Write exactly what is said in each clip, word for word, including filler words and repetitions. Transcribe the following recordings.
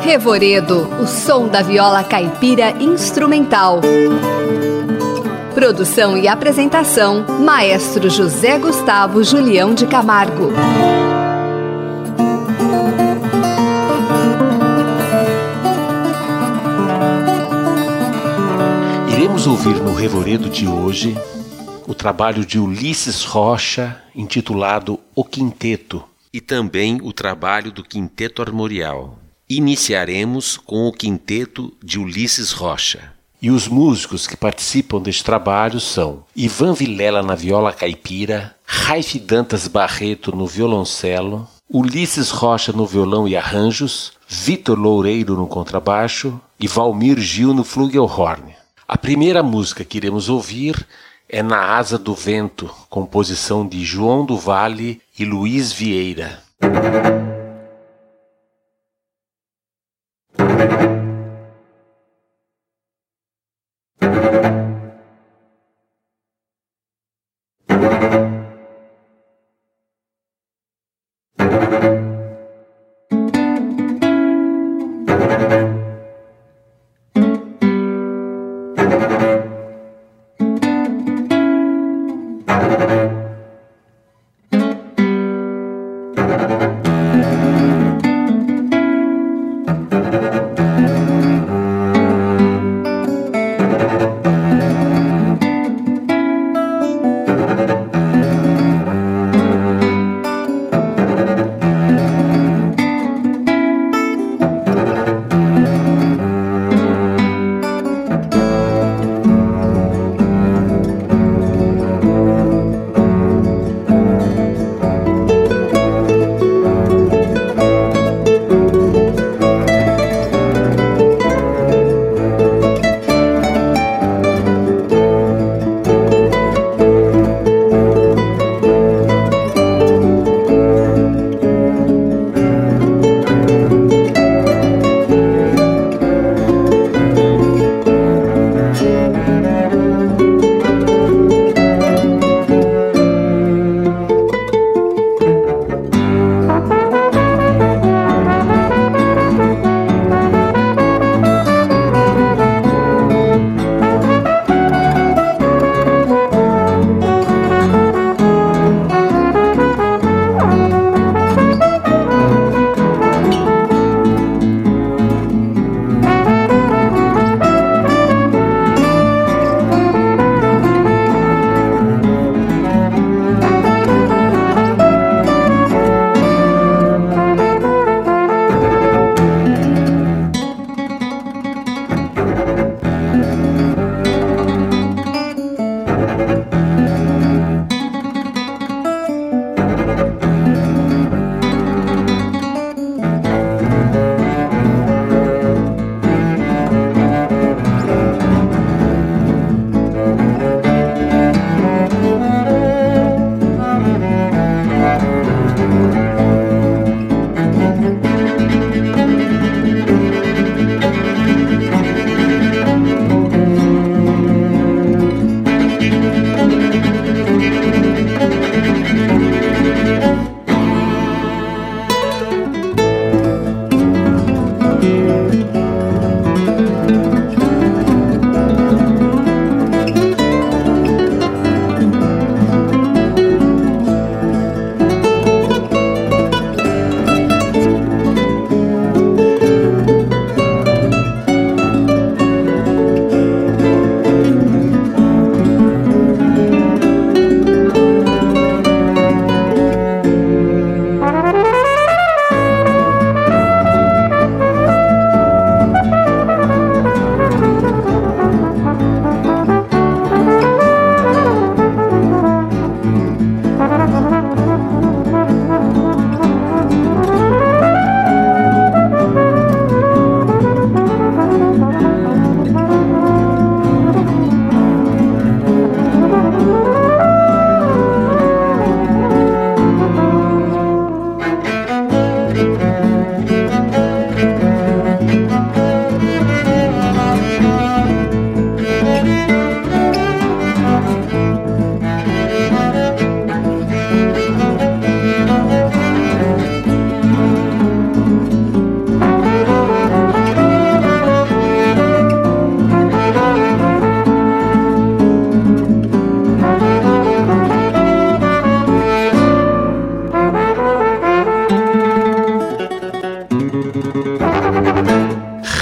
Revoredo, o som da viola caipira instrumental. Produção e apresentação, Maestro José Gustavo Julião de Camargo. Iremos ouvir no Revoredo de hoje o trabalho de Ulisses Rocha, intitulado O Quinteto, e também o trabalho do Quinteto Armorial. Iniciaremos com o Quinteto de Ulisses Rocha. E os músicos que participam deste trabalho são Ivan Vilela na viola caipira, Raif Dantas Barreto no violoncelo, Ulisses Rocha no violão e arranjos, Vitor Loureiro no contrabaixo e Valmir Gil no flugelhorn. A primeira música que iremos ouvir é Na Asa do Vento, composição de João do Vale e Luiz Vieira.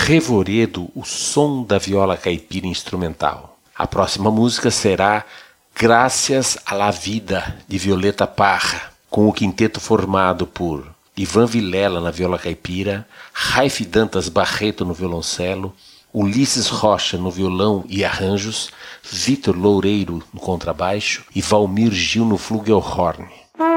Revoredo, o som da viola caipira instrumental. A próxima música será Graças à la Vida, de Violeta Parra, com o quinteto formado por Ivan Vilela na viola caipira, Raif Dantas Barreto no violoncelo, Ulisses Rocha no violão e arranjos, Vitor Loureiro no contrabaixo e Valmir Gil no flugelhorn.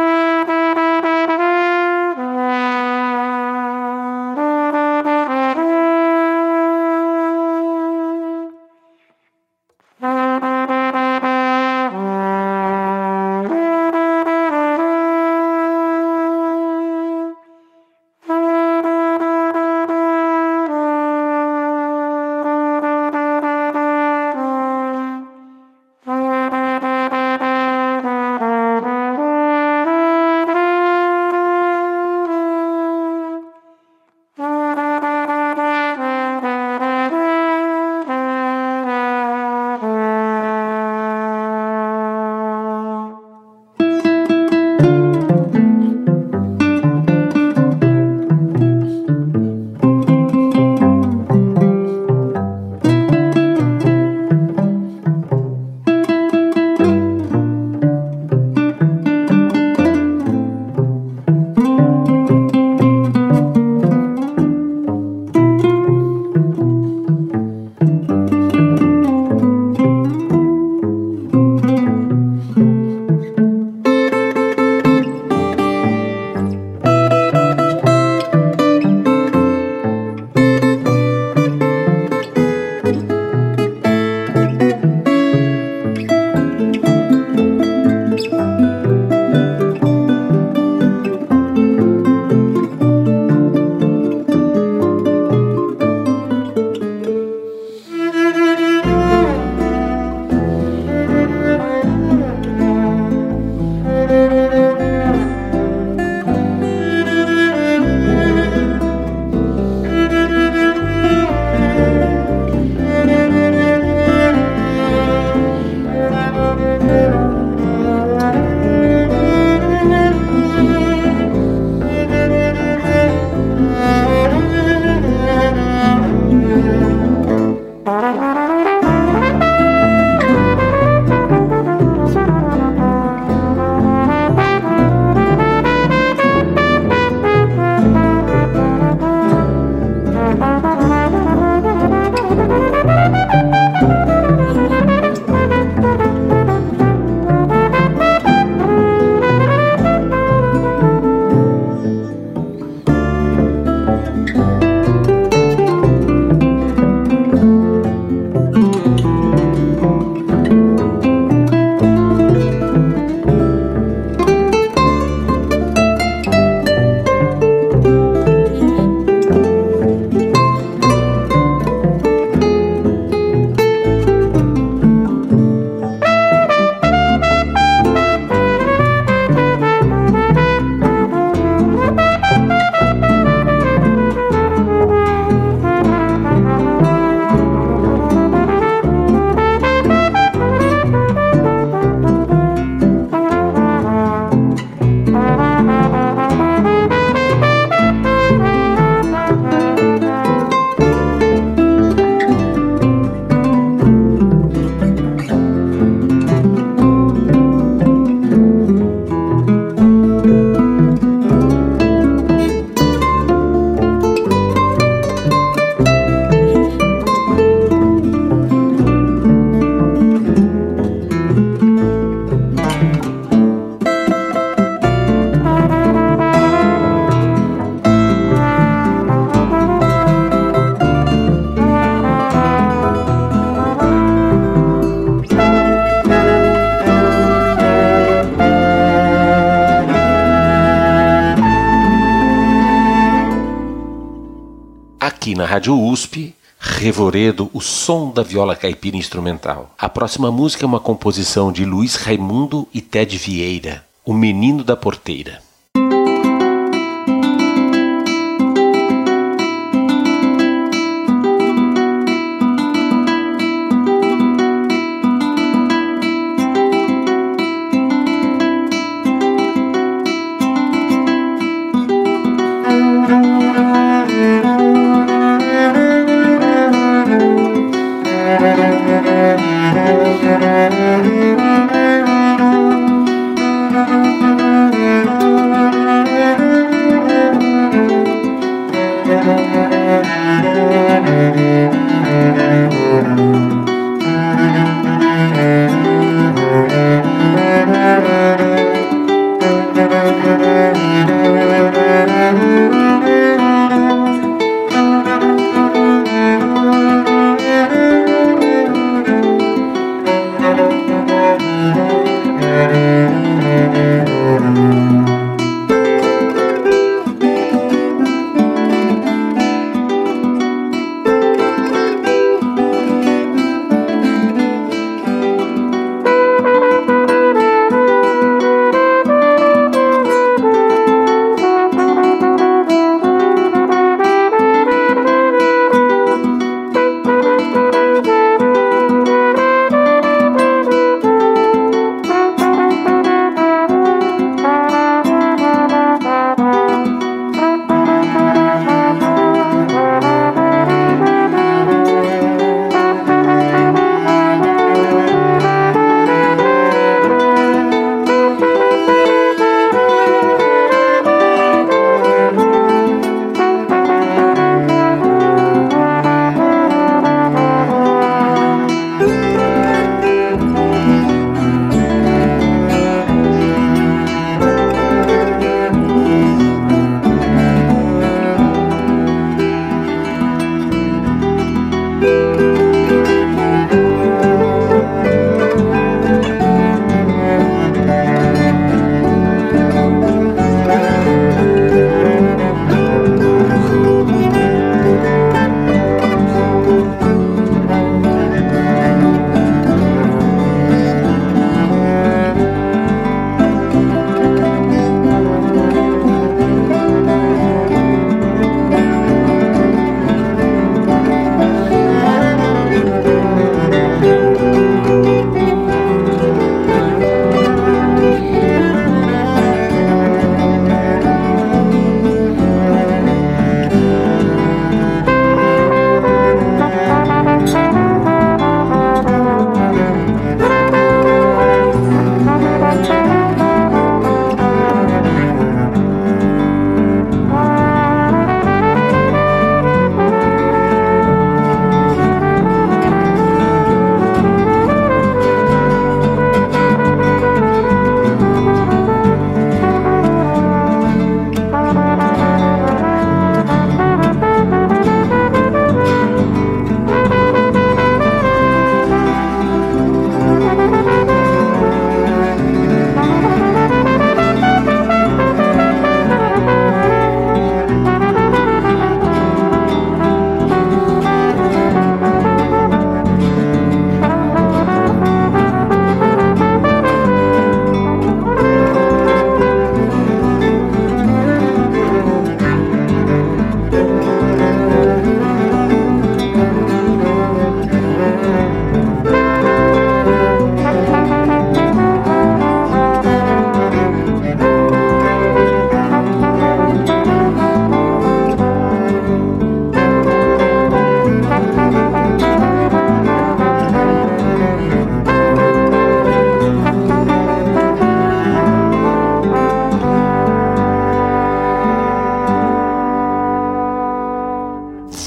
Aqui na Rádio U S P, Revoredo, o som da viola caipira instrumental. A próxima música é uma composição de Luiz Raimundo e Ted Vieira, O Menino da Porteira.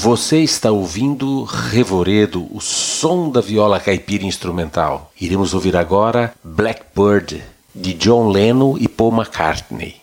Você está ouvindo Revoredo, o som da viola caipira instrumental. Iremos ouvir agora Blackbird, de John Lennon e Paul McCartney.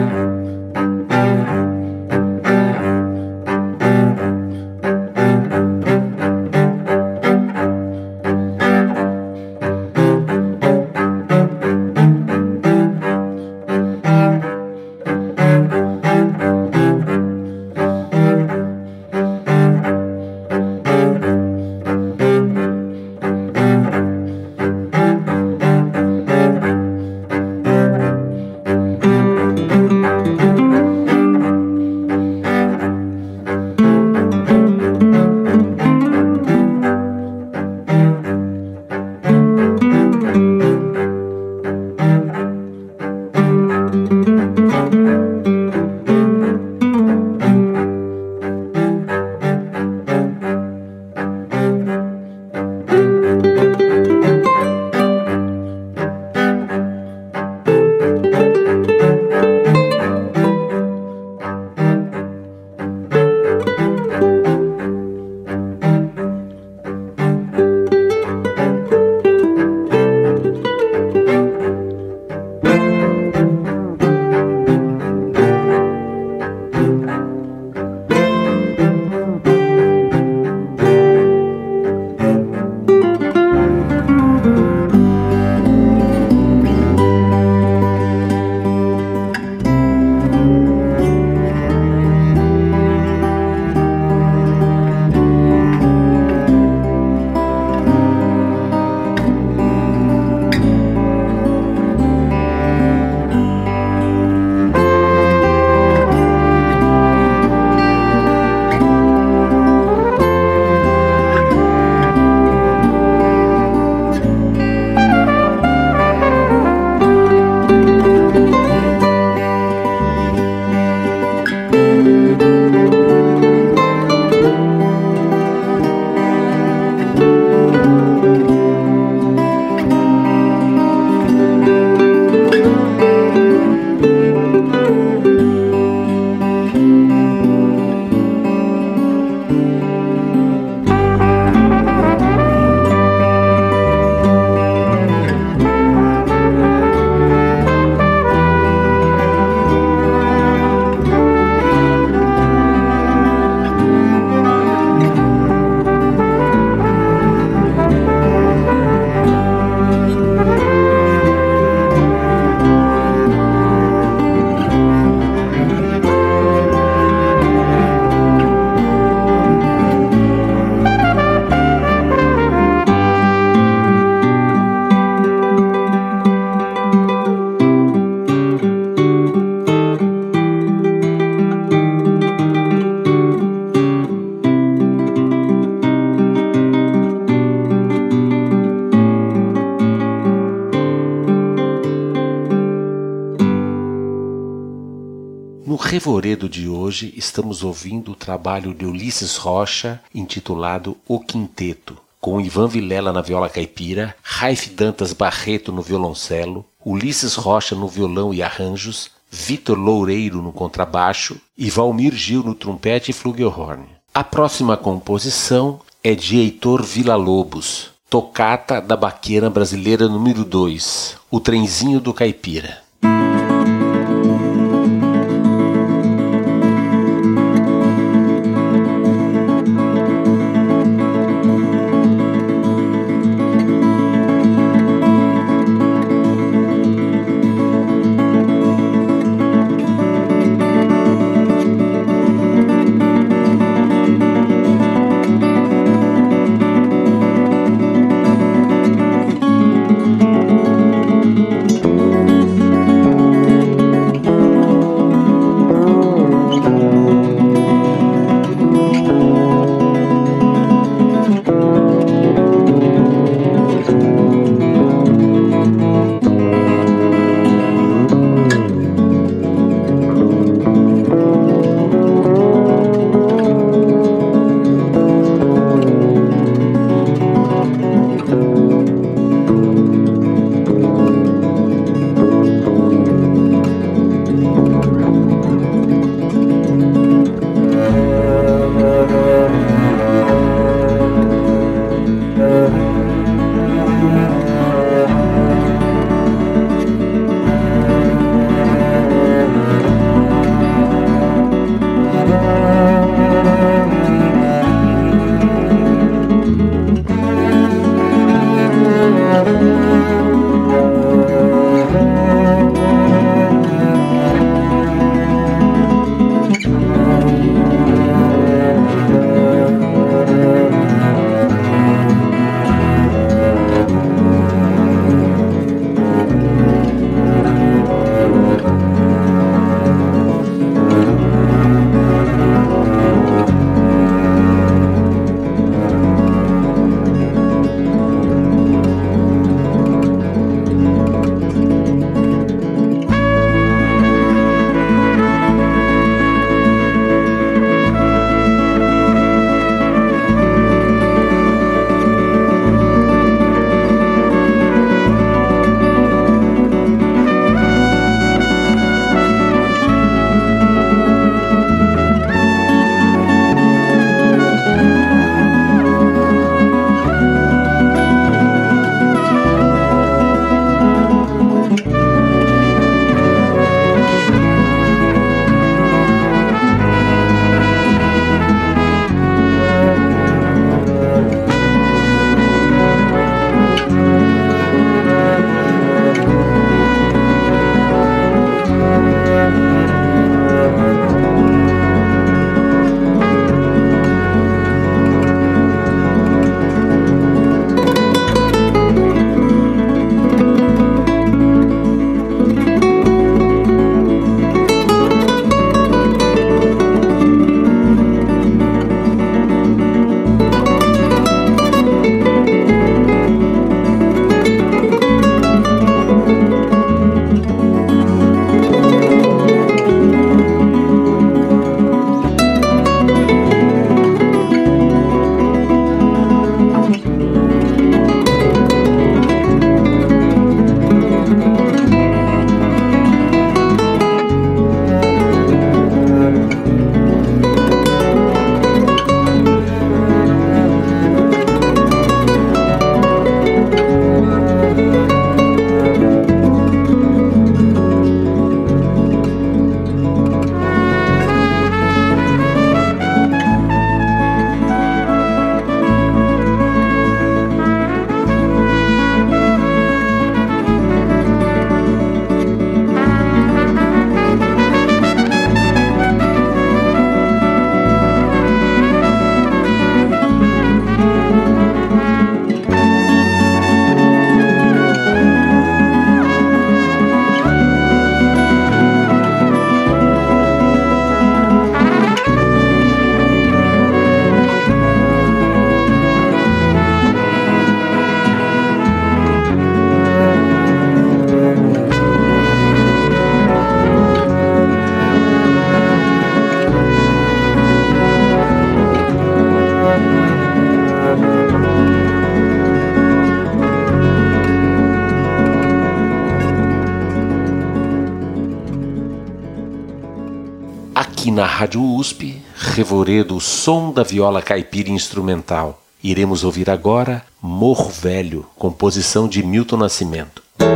No Revoredo de hoje estamos ouvindo o trabalho de Ulisses Rocha intitulado O Quinteto, com Ivan Vilela na viola caipira, Raif Dantas Barreto no violoncelo, Ulisses Rocha no violão e arranjos, Vitor Loureiro no contrabaixo e Valmir Gil no trompete e flugelhorn. A próxima composição é de Heitor Villa-Lobos, Tocata da Baquena Brasileira número dois, O Trenzinho do Caipira. Thank you. na Rádio U S P, Revoredo, o som da viola caipira instrumental. Iremos ouvir agora Morro Velho, composição de Milton Nascimento.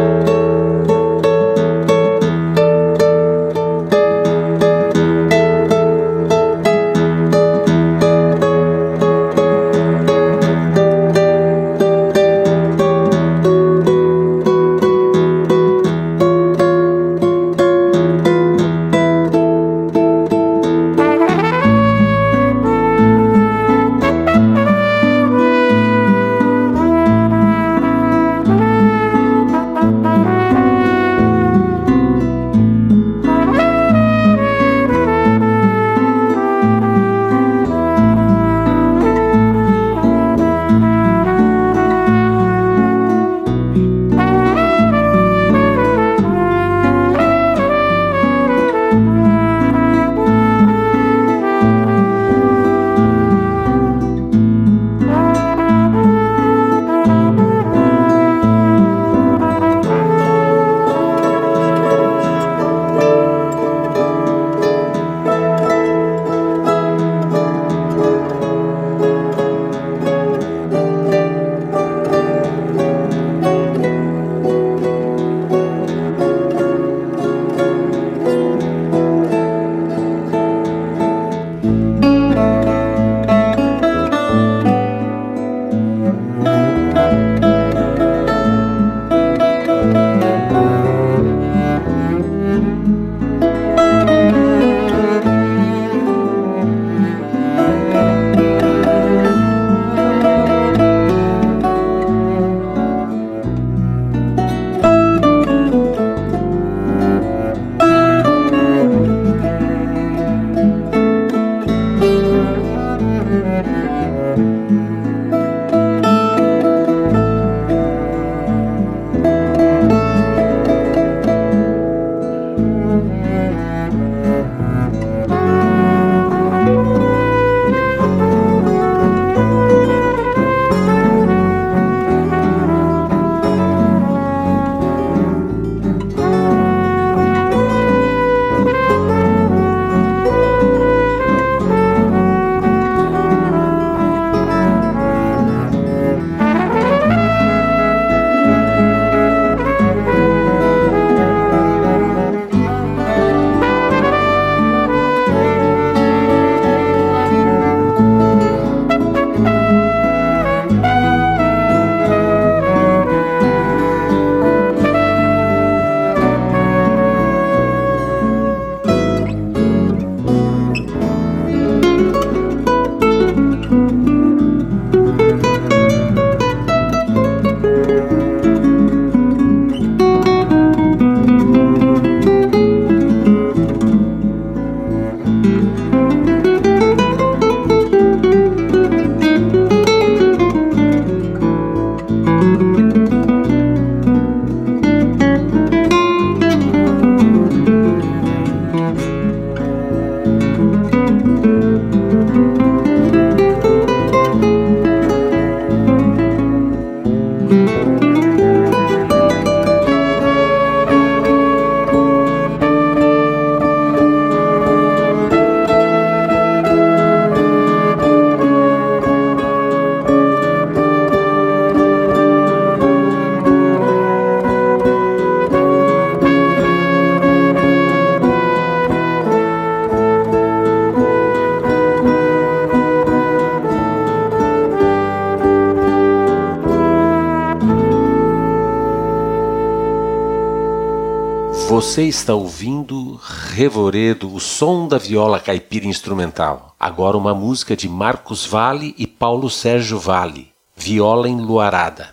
Você está ouvindo Revoredo, o som da viola caipira instrumental. Agora uma música de Marcos Valle e Paulo Sérgio Valle, Viola Enluarada.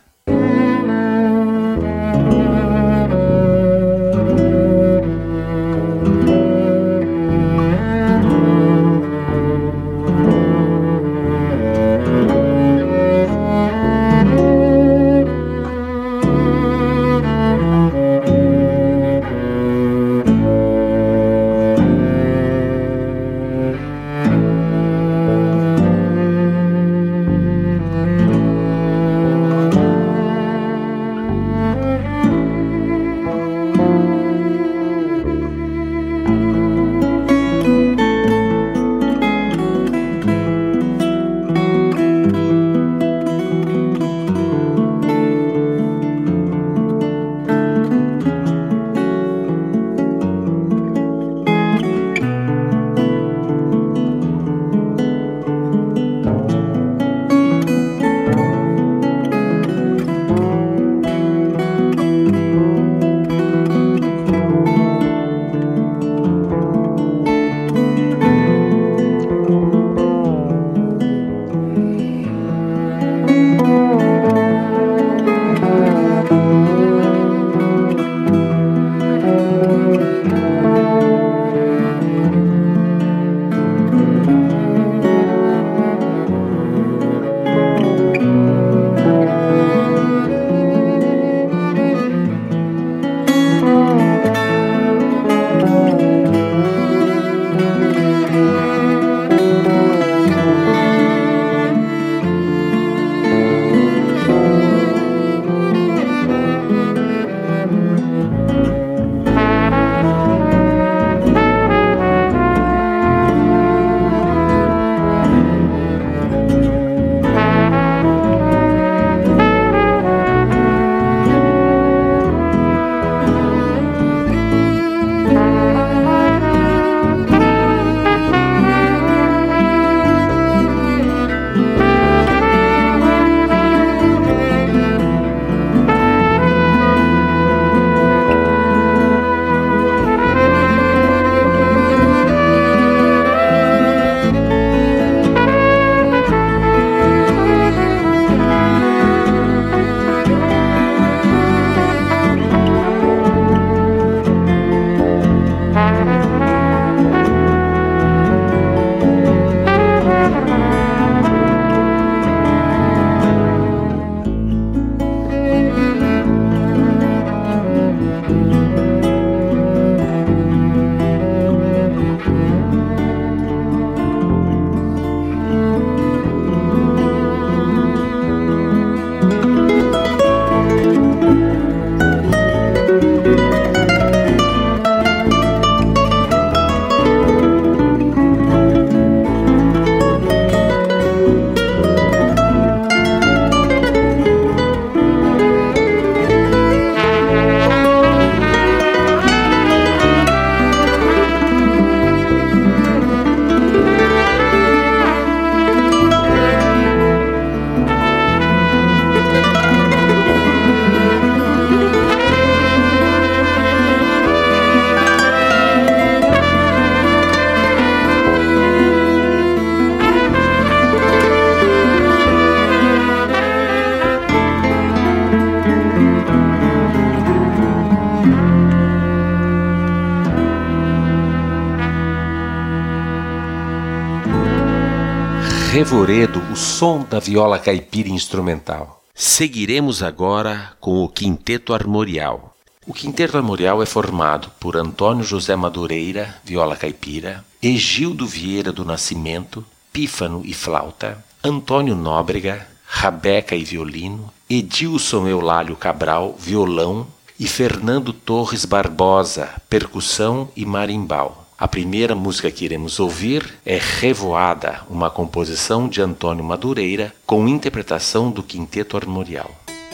Revoredo, o som da viola caipira instrumental. Seguiremos agora com o Quinteto Armorial. O Quinteto Armorial é formado por Antônio José Madureira, viola caipira, Egildo Vieira do Nascimento, pífano e flauta, Antônio Nóbrega, rabeca e violino, Edilson Eulálio Cabral, violão, e Fernando Torres Barbosa, percussão e marimbau. A primeira música que iremos ouvir é Revoada, uma composição de Antônio Madureira, com interpretação do Quinteto Armorial.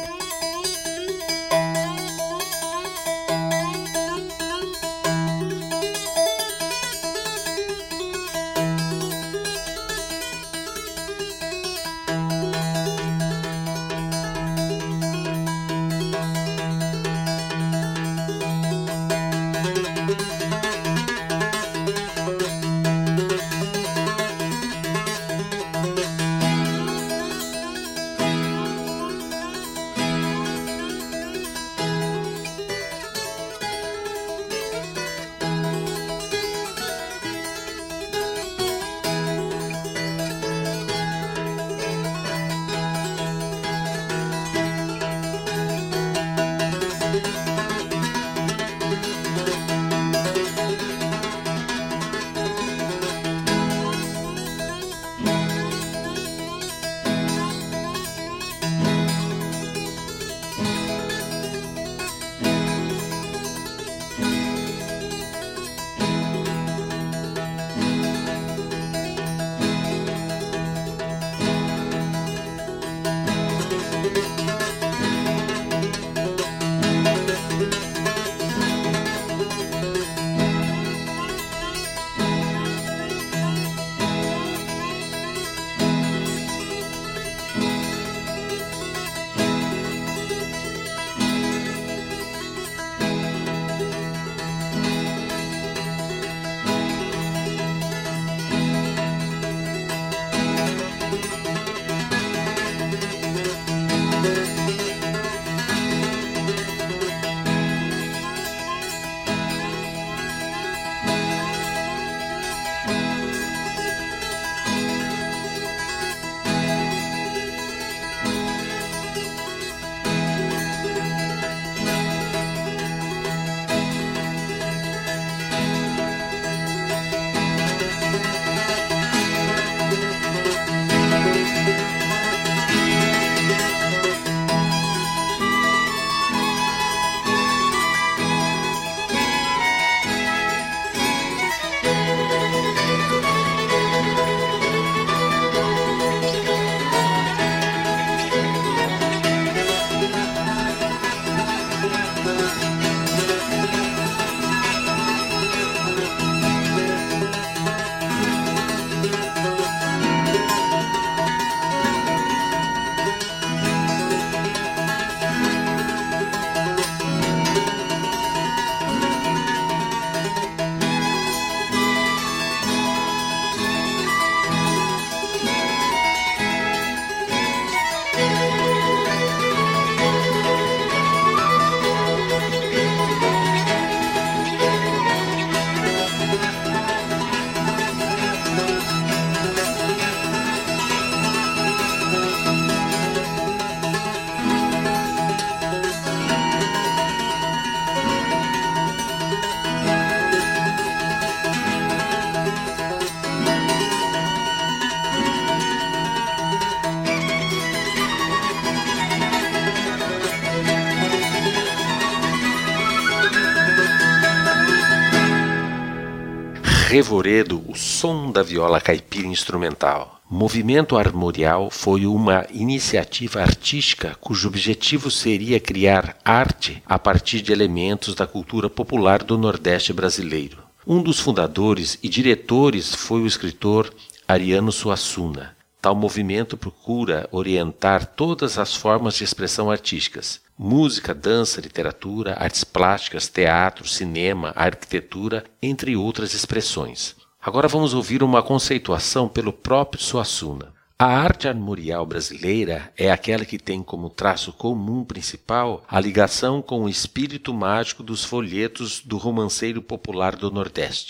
Revoredo, o som da viola caipira instrumental. Movimento Armorial foi uma iniciativa artística cujo objetivo seria criar arte a partir de elementos da cultura popular do Nordeste brasileiro. Um dos fundadores e diretores foi o escritor Ariano Suassuna. Tal movimento procura orientar todas as formas de expressão artísticas: música, dança, literatura, artes plásticas, teatro, cinema, arquitetura, entre outras expressões. Agora vamos ouvir uma conceituação pelo próprio Suassuna. A arte armorial brasileira é aquela que tem como traço comum principal a ligação com o espírito mágico dos folhetos do romanceiro popular do Nordeste.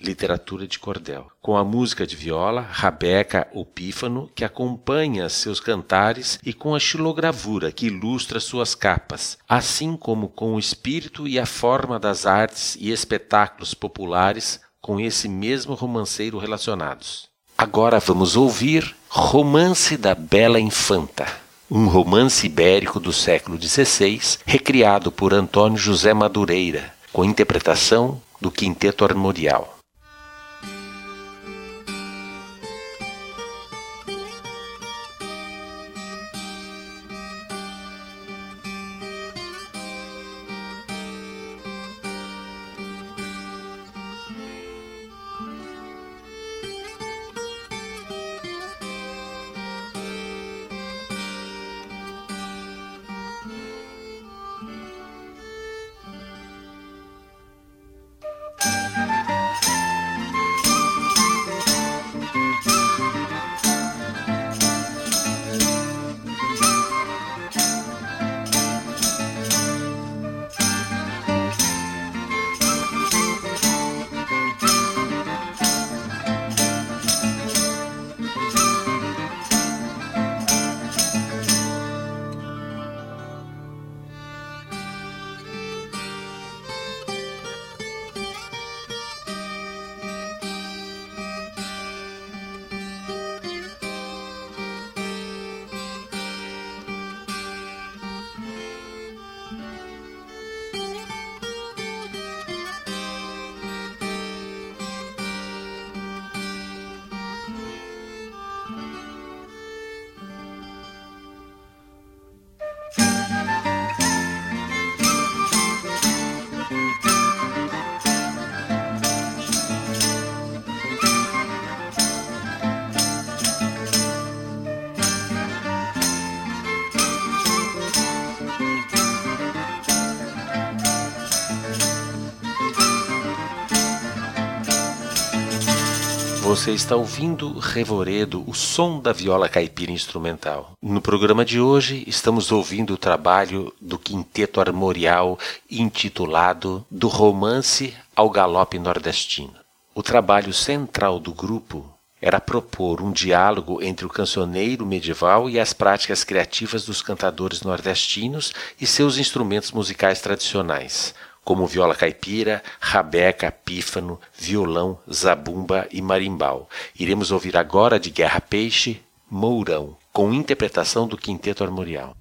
literatura de cordel, com a música de viola, Rabeca ou Pífano, que acompanha seus cantares, e com a xilogravura, que ilustra suas capas, assim como com o espírito e a forma das artes e espetáculos populares com esse mesmo romanceiro relacionados. Agora vamos ouvir Romance da Bela Infanta, um romance ibérico do século dezesseis, recriado por Antônio José Madureira, com interpretação do Quinteto Armorial. Você está ouvindo Revoredo, o som da viola caipira instrumental. No programa de hoje, estamos ouvindo o trabalho do Quinteto Armorial intitulado Do Romance ao Galope Nordestino. O trabalho central do grupo era propor um diálogo entre o cancioneiro medieval e as práticas criativas dos cantadores nordestinos e seus instrumentos musicais tradicionais, como viola caipira, rabeca, pífano, violão, zabumba e marimbau. Iremos ouvir agora de Guerra Peixe, Mourão, com interpretação do Quinteto Armorial.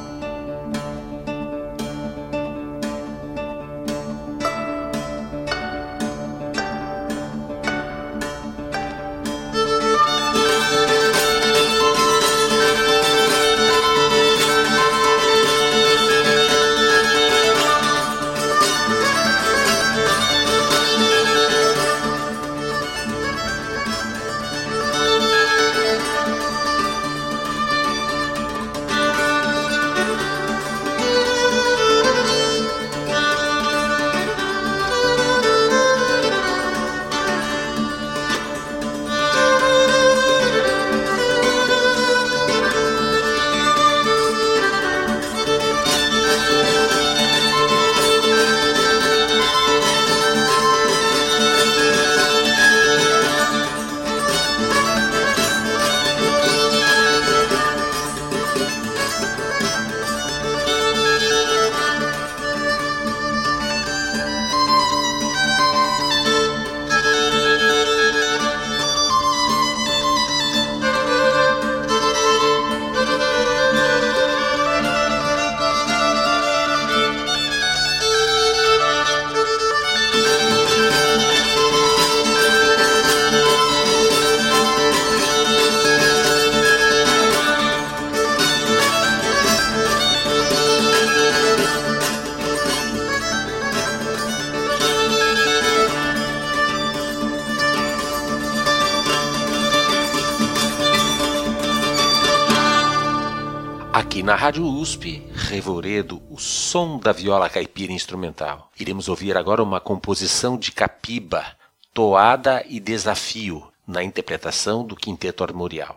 Aqui na Rádio U S P, Revoredo, o som da viola caipira instrumental. Iremos ouvir agora uma composição de Capiba, Toada e Desafio, na interpretação do Quinteto Armorial.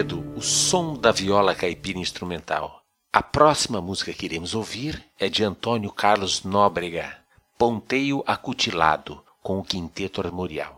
Revoredo, o som da viola caipira instrumental. A próxima música que iremos ouvir é de Antônio Carlos Nóbrega, Ponteio Acutilado, com o Quinteto Armorial.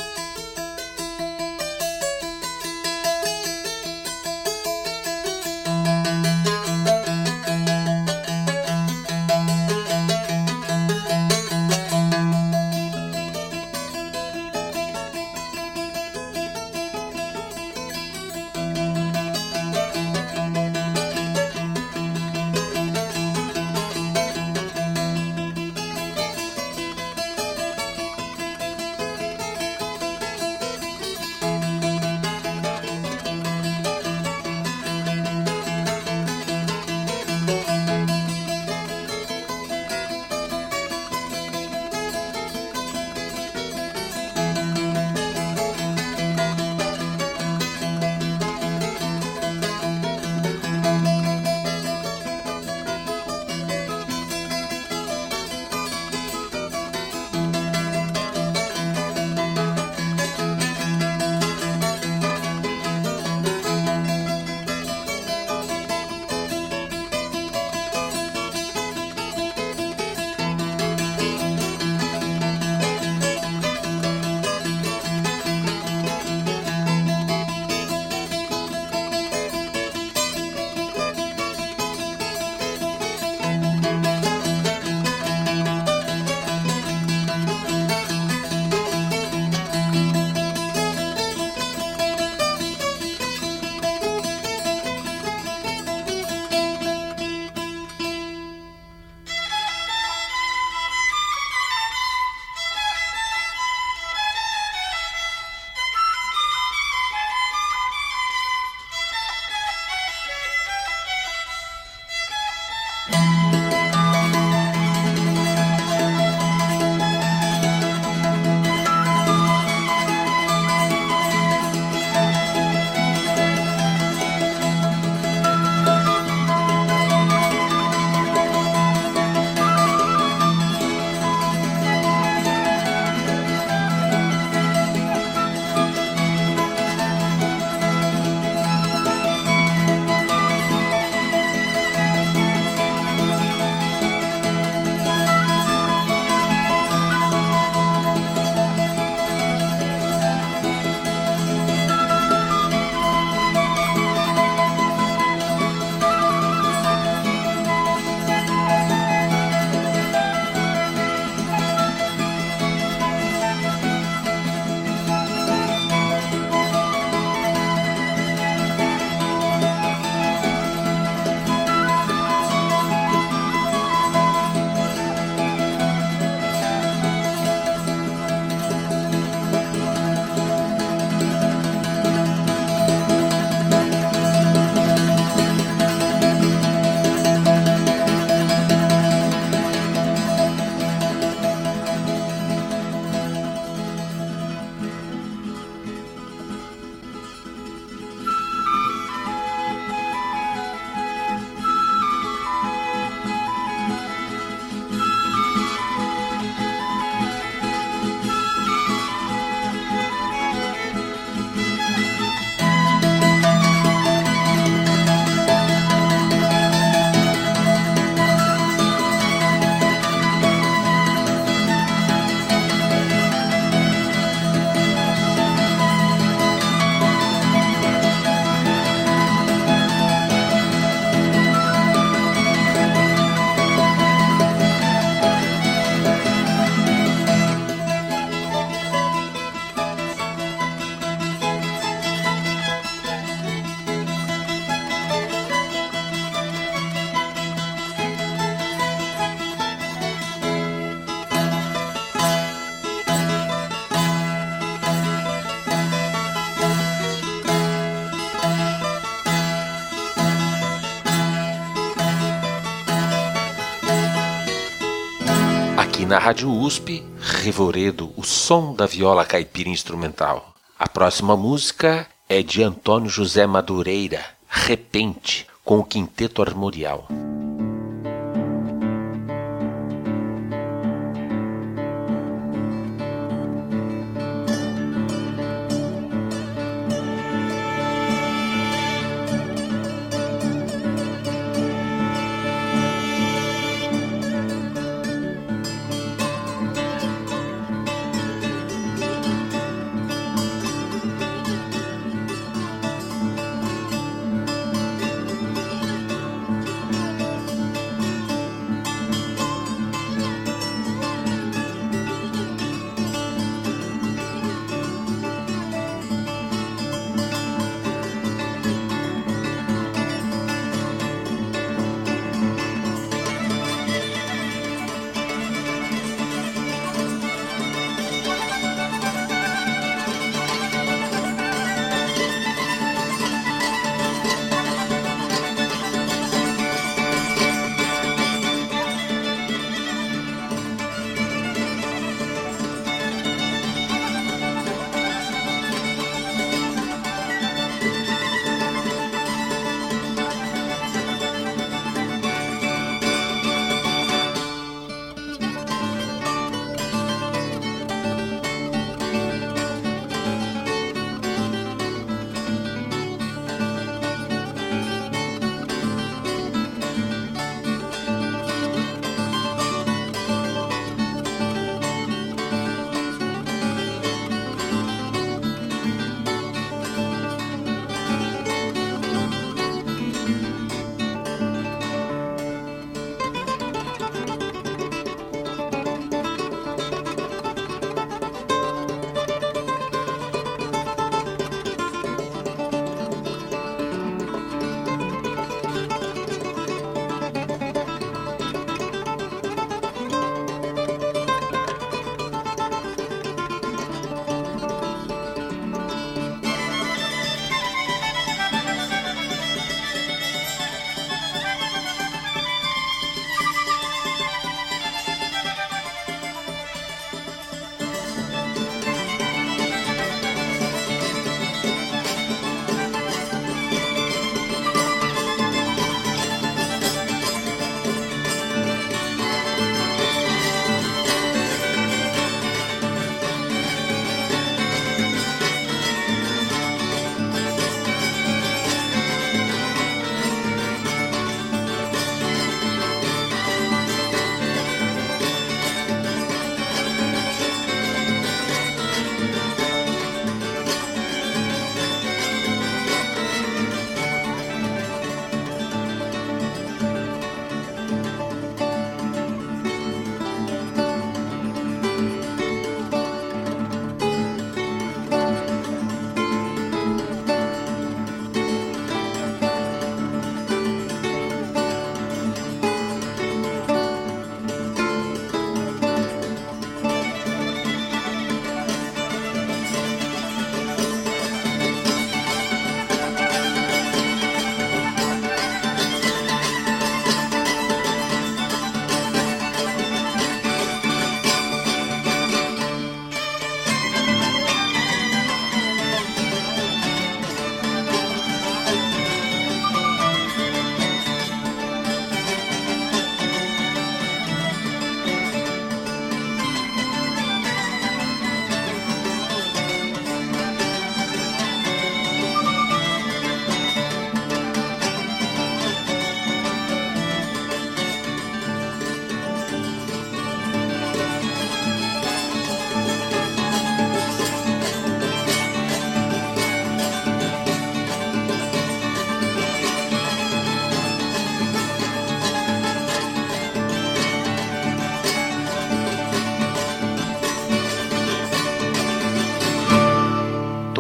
Aqui na Rádio U S P, Revoredo, o som da viola caipira instrumental. A próxima música é de Antônio José Madureira, Repente, com o Quinteto Armorial.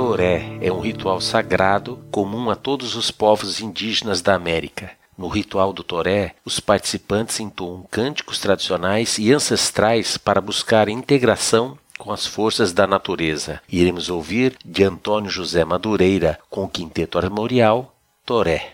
toré é um ritual sagrado comum a todos os povos indígenas da América. No ritual do toré, os participantes entoam cânticos tradicionais e ancestrais para buscar integração com as forças da natureza. Iremos ouvir de Antônio José Madureira com o Quinteto Armorial Toré.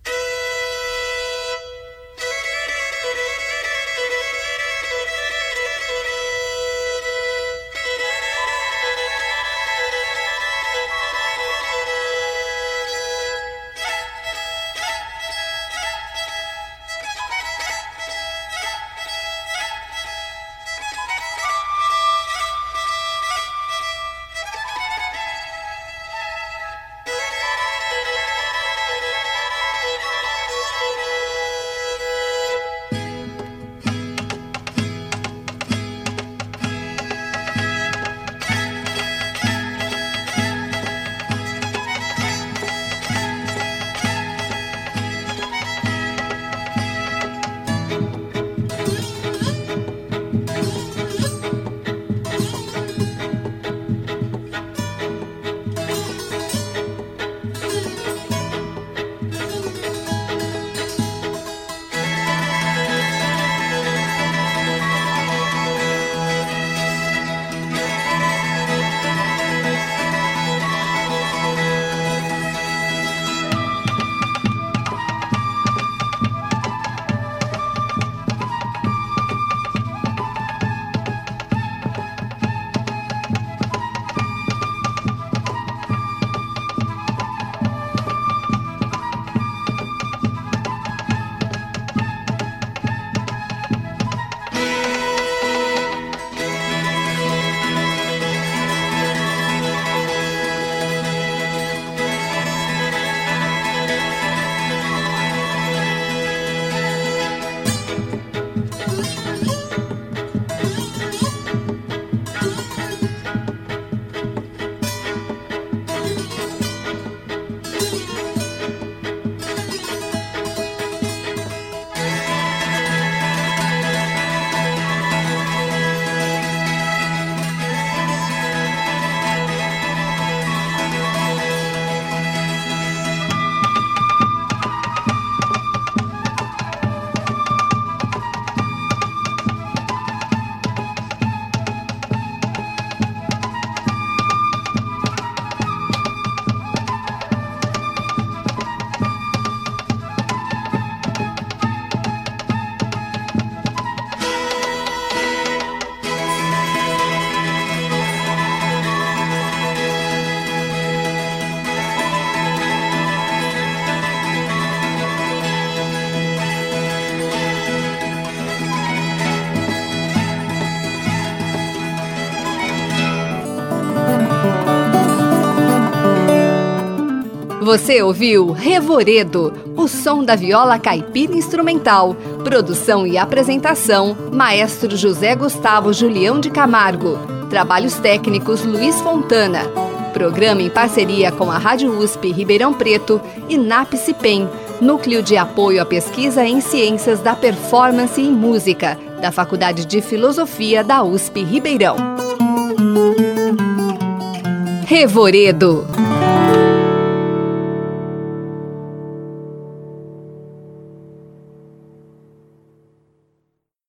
Você ouviu Revoredo, o som da viola caipira instrumental. Produção e apresentação, Maestro José Gustavo Julião de Camargo. Trabalhos técnicos, Luiz Fontana. Programa em parceria com a Rádio U S P Ribeirão Preto e NAPCIPEM, Núcleo de Apoio à Pesquisa em Ciências da Performance e Música, da Faculdade de Filosofia da U S P Ribeirão. Revoredo.